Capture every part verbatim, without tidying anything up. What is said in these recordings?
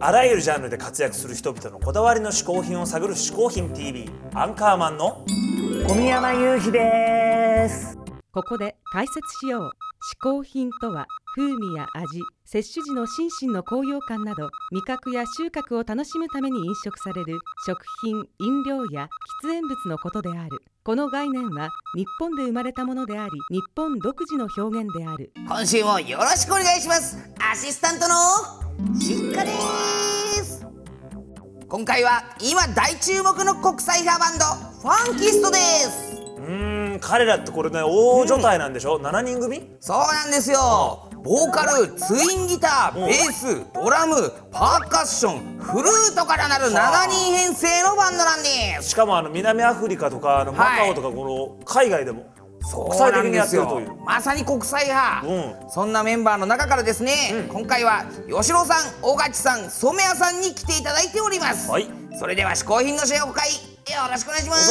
あらゆるジャンルで活躍する人々のこだわりの嗜好品を探る嗜好品 ティービー アンカーマンの小宮山雄飛です。 ここで解説しよう。嗜好品とは風味や味、摂取時の心身の高揚感など味覚や収穫を楽しむために飲食される食品、飲料や喫煙物のことである。この概念は日本で生まれたものであり、日本独自の表現である。 今週もよろしくお願いします。アシスタントのしっかです。今回は今大注目の国際派バンドファンキストです。 うーん彼らってこれね大所帯なんでしょ、うん、しちにん組。 そうなんですよ。ボーカル、ツインギター、ベース、ドラム、パーカッション、フルートからなるしちにん編成のバンドなんです。 しかもあの南アフリカとかあのマカオとかこの海外でも国際的にやってるという、 まさに国際派、 うん、 そんなメンバーの中からですね、うん、今回は吉郎さん、大勝さん、染谷さんに来ていただいております、 はい、 それでは嗜好品の紹介よろしくお願いします。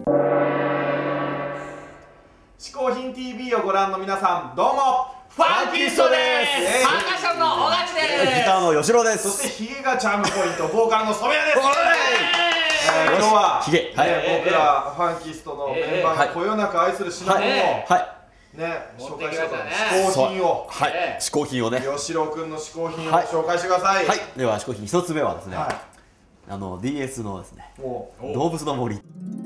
嗜好品 ティービー をご覧の皆さん、どうもファンキストです。パーカッションの大勝です。 ギターの吉郎です。 そしてヒゲがチャームポイント、ボーカルの染谷です。えー、今日はヒゲ、はい、 ね、僕らファンキストのメンバーがこよなく愛する品物を、はい、ね、紹介してください。嗜好品を、 はい、嗜好品をね、 吉郎くんの嗜好品を紹介してください。 はい、では嗜好品一つ目はですね、あの ディーエス のですね、動物の森。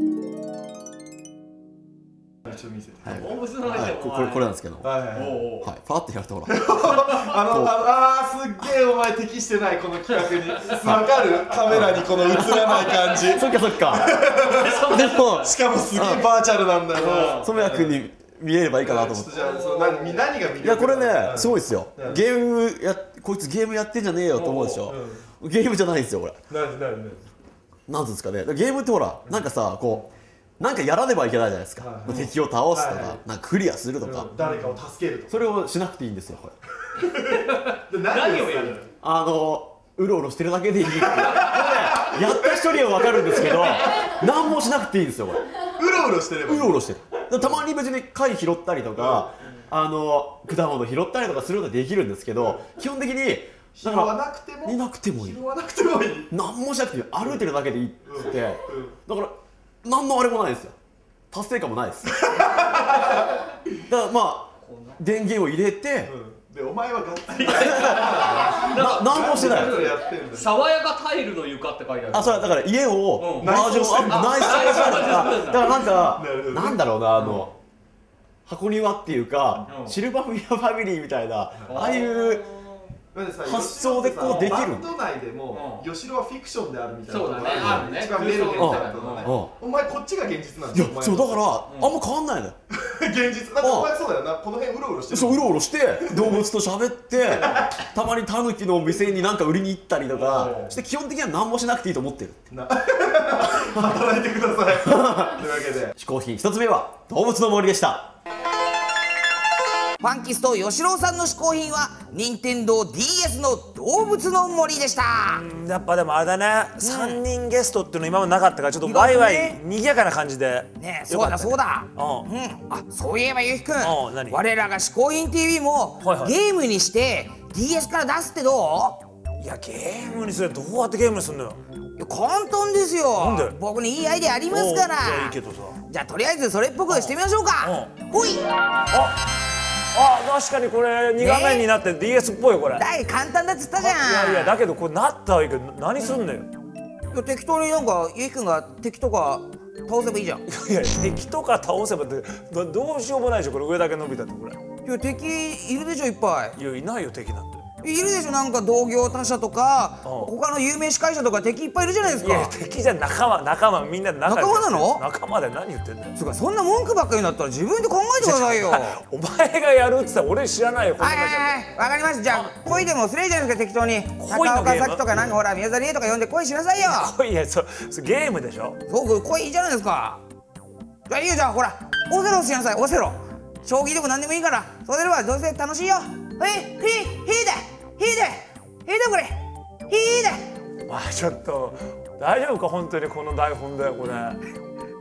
ちょっと見せて。 動物の森。 これこれなんですけど、はい、パーってやるとほら、 あのあーすっげえお前適してないこの企画に。わかる？カメラにこの映らない感じ。 そっかそっか。でもしかもすげえバーチャルなんだよな。 染谷君に見えればいいかなと思って。 じゃあその何何が見れる？ いやこれねすごいですよ。ゲームやこいつゲームやってんじゃねえよと思うでしょ。ゲームじゃないんですよこれ。 何何何？ なんですかね。ゲームってほらなんかさこう。なんかやらねばいけないじゃないですか、はい、敵を倒すとか、はい、なんかクリアするとか、 うん、誰かを助けるとか、 それをしなくていいんですよこれ。 何をやるの？ あのうろうろしてるだけでいいってこれ、ね、やった人には分かるんですけど何もしなくていいんですよこれ。 うろうろしてればいい。 うろうろしてる。たまに別に貝拾ったりとか、うん、あの果物拾ったりとかするのはできるんですけど、うん、基本的に拾わなくてもいなくてもいい。 拾わなくてもいい。 何もしなくていい。歩いてるだけでいいって、うんうん、だから何のあれもないですよ。達成感もないです。だからまあ電源を入れて、 うん、でお前はガッツリ何もしてない。 爽やかタイルの床って書いてある。 あ、それだから家をバージョンアップ、内装しただからなんかなんだろうな、あの箱庭っていうかシルバーファミリーみたいなああいう発想でこうできる。 バンド内でも吉郎はフィクションであるみたいな。 そうだね、あるね。 一番見える現実だったのね。お前こっちが現実なんだよ。 いや、そうだからあんま変わんないのよ。 現実だってお前そうだよな、この辺うろうろしてる。 そう、うろうろして動物と喋ってたまにタヌキの店になんか売りに行ったりとかして基本的には何もしなくていいと思ってる。 働いてください。というわけで嗜好品一つ目は動物の森でした。 ファンキスト吉郎さんの嗜好品は任天堂 ディーエス の動物の森でした。 やっぱでもあれだね、うん、さんにんゲストっていうの今までなかったからちょっとワイワイ賑やかな感じでね。そうだそうだ、うん、あ、そういえばゆうきくん、我らが嗜好品 ティービー も、はいはい、ゲームにして ディーエス から出すってどう？ いやゲームにするどうやってゲームにするのよ。 いや簡単ですよ。なんで？僕にいいアイデアありますから。 いやいいけどさ、 じゃあとりあえずそれっぽくしてみましょうか。ほい。 ああ、確かにこれに画面になって ディーエス っぽいよこれ。 だい簡単だっつったじゃん。いやいやだけどこれなったはいいけど何すんのよ。 いや適当になんかゆうきくんが敵とか倒せばいいじゃん。いや敵とか倒せばってどうしようもないでしょこれ。上だけ伸びたってこれ。 いや敵いるでしょいっぱい。 いやいないよ敵なんて。 いるでしょなんか同業他社とか他の有名司会者とか敵いっぱいいるじゃないですか。 いや敵じゃ仲間仲間みんなで仲仲間なの？ 仲間で何言ってんだよ。 そうか、そんな文句ばっかりになったら自分で考えてくださいよ。 お前がやるって言ったら俺知らないよ。 はいはいはいわかりました。じゃあ恋でもすれじゃないですか適当に。高岡早紀とかなんかほら宮沢りえとか呼んで恋しなさいよ。 恋やそゲームでしょ。 そう恋いいじゃないですか。じゃあいいよ、じゃあほらオセロしなさい。オセロ将棋でも何でもいいからそうすればどうせ楽しいよ。はいひひでひでひでこれひで。 まあちょっと大丈夫か本当にこの台本だよこれ。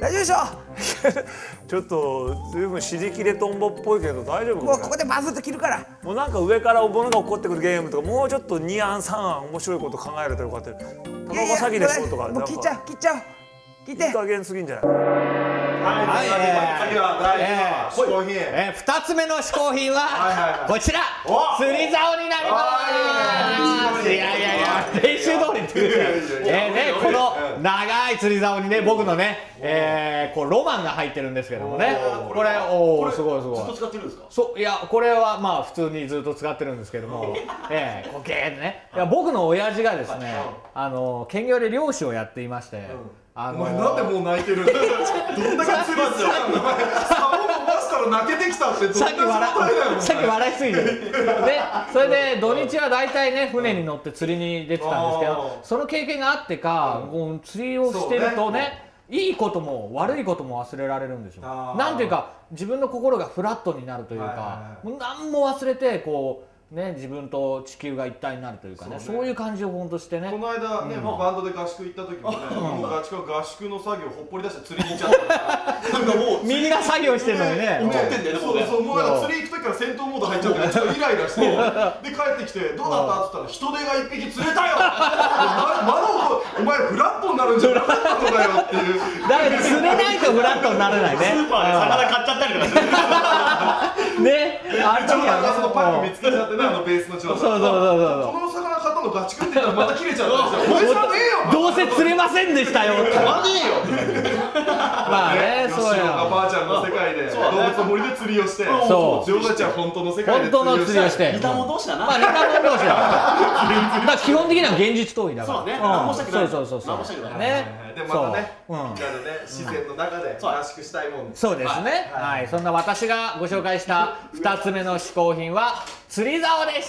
大丈夫でしょちょっとずいぶん尻切れトンボっぽいけど大丈夫？ もうここでバフッと切るから。 もうなんか上から物が落っこってくるゲームとかもうちょっとに案さん案面白いこと考えるとよかったよ。タバコ詐欺でしょとかもう切っちゃう切っちゃう切って。 いい加減すぎんじゃない？ はい、次は大事な嗜好品。 えー、二つ目の嗜好品はいはいははいこちら釣り竿になります。いやいやいや練習通りって言うね。えーねこの長い釣り竿にね僕のねえーこうロマンが入ってるんですけどもねこれおおすごいすごい。 ずっと使ってるんですか？ そういやこれはまあ普通にずっと使ってるんですけどもええこけーねいや僕の親父がですねあの兼業で漁師をやっていまして。あのお前なんでもう泣いてる？どんだけ釣り好きなの？お前竿伸ばしたら泣けてきたってどんなさっき状態だよ。 笑さっき笑いすぎてるでそれで土日は大体ね船に乗って釣りに出てたんですけどその経験があってかもう釣りをしてるとねいいことも悪いことも忘れられるんですよ。なんていうか自分の心がフラットになるというかもう何も忘れてこうね、自分と地球が一体になるというかね、そういう感じを本当してね。 この間ね、バンドで合宿行った時もね、もう合宿合宿の作業ほっぽり出して釣りに行っちゃったからなんかもうみんな作業してるのにね思ってんだよね。そうそう、もうなんか釣り行く時から戦闘モード入っちゃってちょっとイライラしてで帰ってきてどうだったって言ったら人手が一匹釣れたよまだお前フラットになるんじゃなかったのかよっていうだから釣れないとフラットにならないね。 スーパーで魚買っちゃったりとかしてねあれちょっとなんかそのパック見つけちゃってね、あのベースの調査。 そうそうそうそうこの魚買ったのガチ食って言ったらまた切れちゃったんですよ。お前じゃねえよ。 どうせ釣れませんでしたよってまねえよ。 まあねそう吉や岡ばあちゃんの世界で動物の森で釣りをしてそうジョーダちゃん本当の世界で本当の釣りをして似たもん同士だな。 まあ似たもん同士だだから基本的には現実逃避だからそうね何もしたくないそうそうそう何もしたくないねでまたねそううんみんなでね自然の中で合宿したいもんです。 そうですねはいそんな私がご紹介したふたつめの嗜好品は釣り竿でした。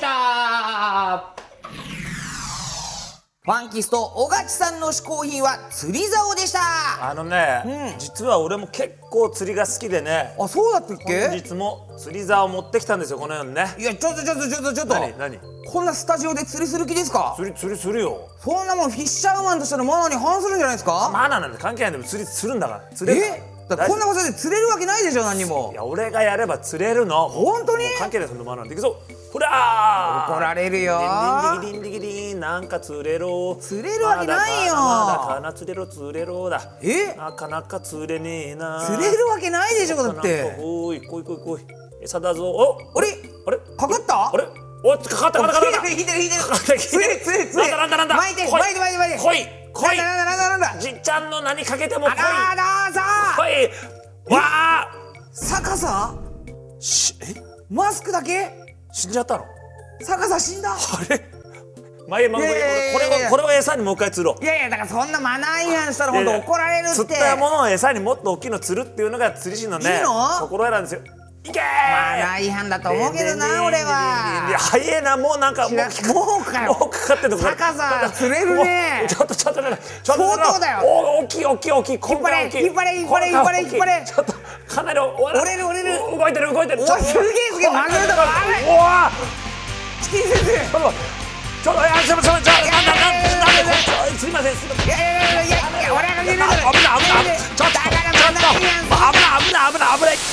ファンキスト小勝さんの嗜好品は釣り竿でした。 あのね、 うん実は俺も結構釣りが好きでねあ、そうだったっ本け？ 日も釣り竿を持ってきたんですよこのようにね。 いやちょっとちょっとちょっとちょっと何何こんなスタジオで釣りする気ですか？ 釣り釣りするよ。 そんなもんフィッシャーマンとしてのマナーに反するんじゃないですか？ マナーなんて関係ないんだよ釣りするんだから釣れるからえ？だからこんなことで釣れるわけないでしょ何にもい。や俺がやれば釣れるの。 本当に？ もう関係ないそんなマナーでいくぞ。ほらー怒られるよー。 ディンディンディンディンディンディンなんか釣れろ釣れるわけないよー。 まだかな釣れろ釣れろだ。 え？ なかなか釣れねえな。 釣れるわけないでしょだっなかなかて。 おい来い来い来い餌だぞ。おあれ？ あれかかった？ あれおかかったかかったかかった引いてる引いてるかかった釣れ釣れ釣れなんだなんだなんだ巻いて来い巻いて巻いて巻いて来い来いなんだなんだなんだなんだじっちゃんの名にかけても来いあらーどうぞ来いわあ逆さしえマスクだけ死んじゃったの逆さ死んだ。 あれ前まいやいやいやいやこれをこれを餌にもう一回釣ろう。 いやいやだからそんなマナー違反したら本当怒られるって。 釣ったものを餌にもっと大きいの釣るっていうのが釣り師のねいいの心得なんですよ。いけーマナー違反だと思うけどな俺は。 いや早えなもうなんかもう知らんもうかよもうかかってるとこ逆さ釣れるねもうちょっとちょっとちょっとちょっと相当だよお大きい大きい大きい引っ張れ今回大きい引っ張れ引っ張れ引っ張れ引っ張れちょっとかなり折折れる折れる動いてる動いてるおいすげえすげえマグロだからあれうわチキン先生ちょっとちょっといやちょっとちょっとちょっとなんだなんだなんだすいませんすいませんいやいやいやいやいや俺が出るあ危ない危ないちょっとだからちょっとマナー違反危ない危ない危ない危ない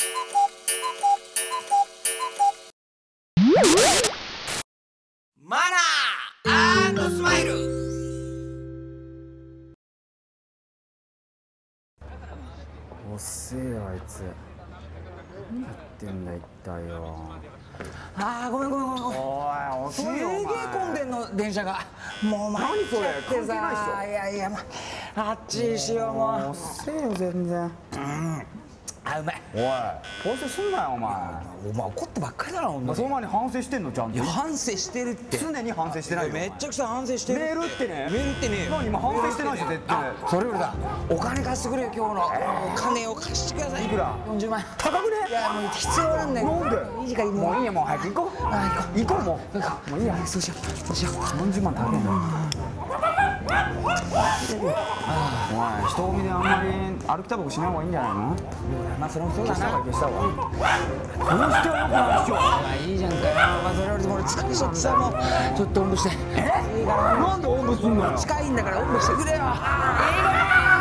マナー&スマイル。 遅えよあいつ何やってんだ一体よ。 あーごめんごめんごめんごめん。 おいすげえ遅いよお前混んでんの電車がもう参っちゃってさいやいやまあっちしようもう遅えよ全然。 あうまいおい反省すんなよお前。 お前怒ってばっかりだなほんとに。 その前に反省してんのちゃんと。 いや反省してるって常に反省してないよ。 めっちゃくちゃ反省してる。 メールってねメールってねえよ。 何今反省してないし絶対。 それよりだお金貸してくれよ今日のお金を貸してください。 いくらよんじゅうまん円。 高くね。 いやもう必要なんだよ。 なんでいい時間もういいやもう早く行こう。 あ行こうもう。 行こうもういいや。 そうしようそうしよう。 よんじゅうまん高えな。お前人混みであんまり歩きタバコしない方がいいんじゃないの？ まあそれもそうだな。 消した方がいい。この人はよくないでしょ。 まあいいじゃんかよ。まあそれよりも俺疲れちゃってさもうちょっとおんぶして。 え？なんでおんぶすんのよ。 近いんだからおんぶしてくれよ。いいね。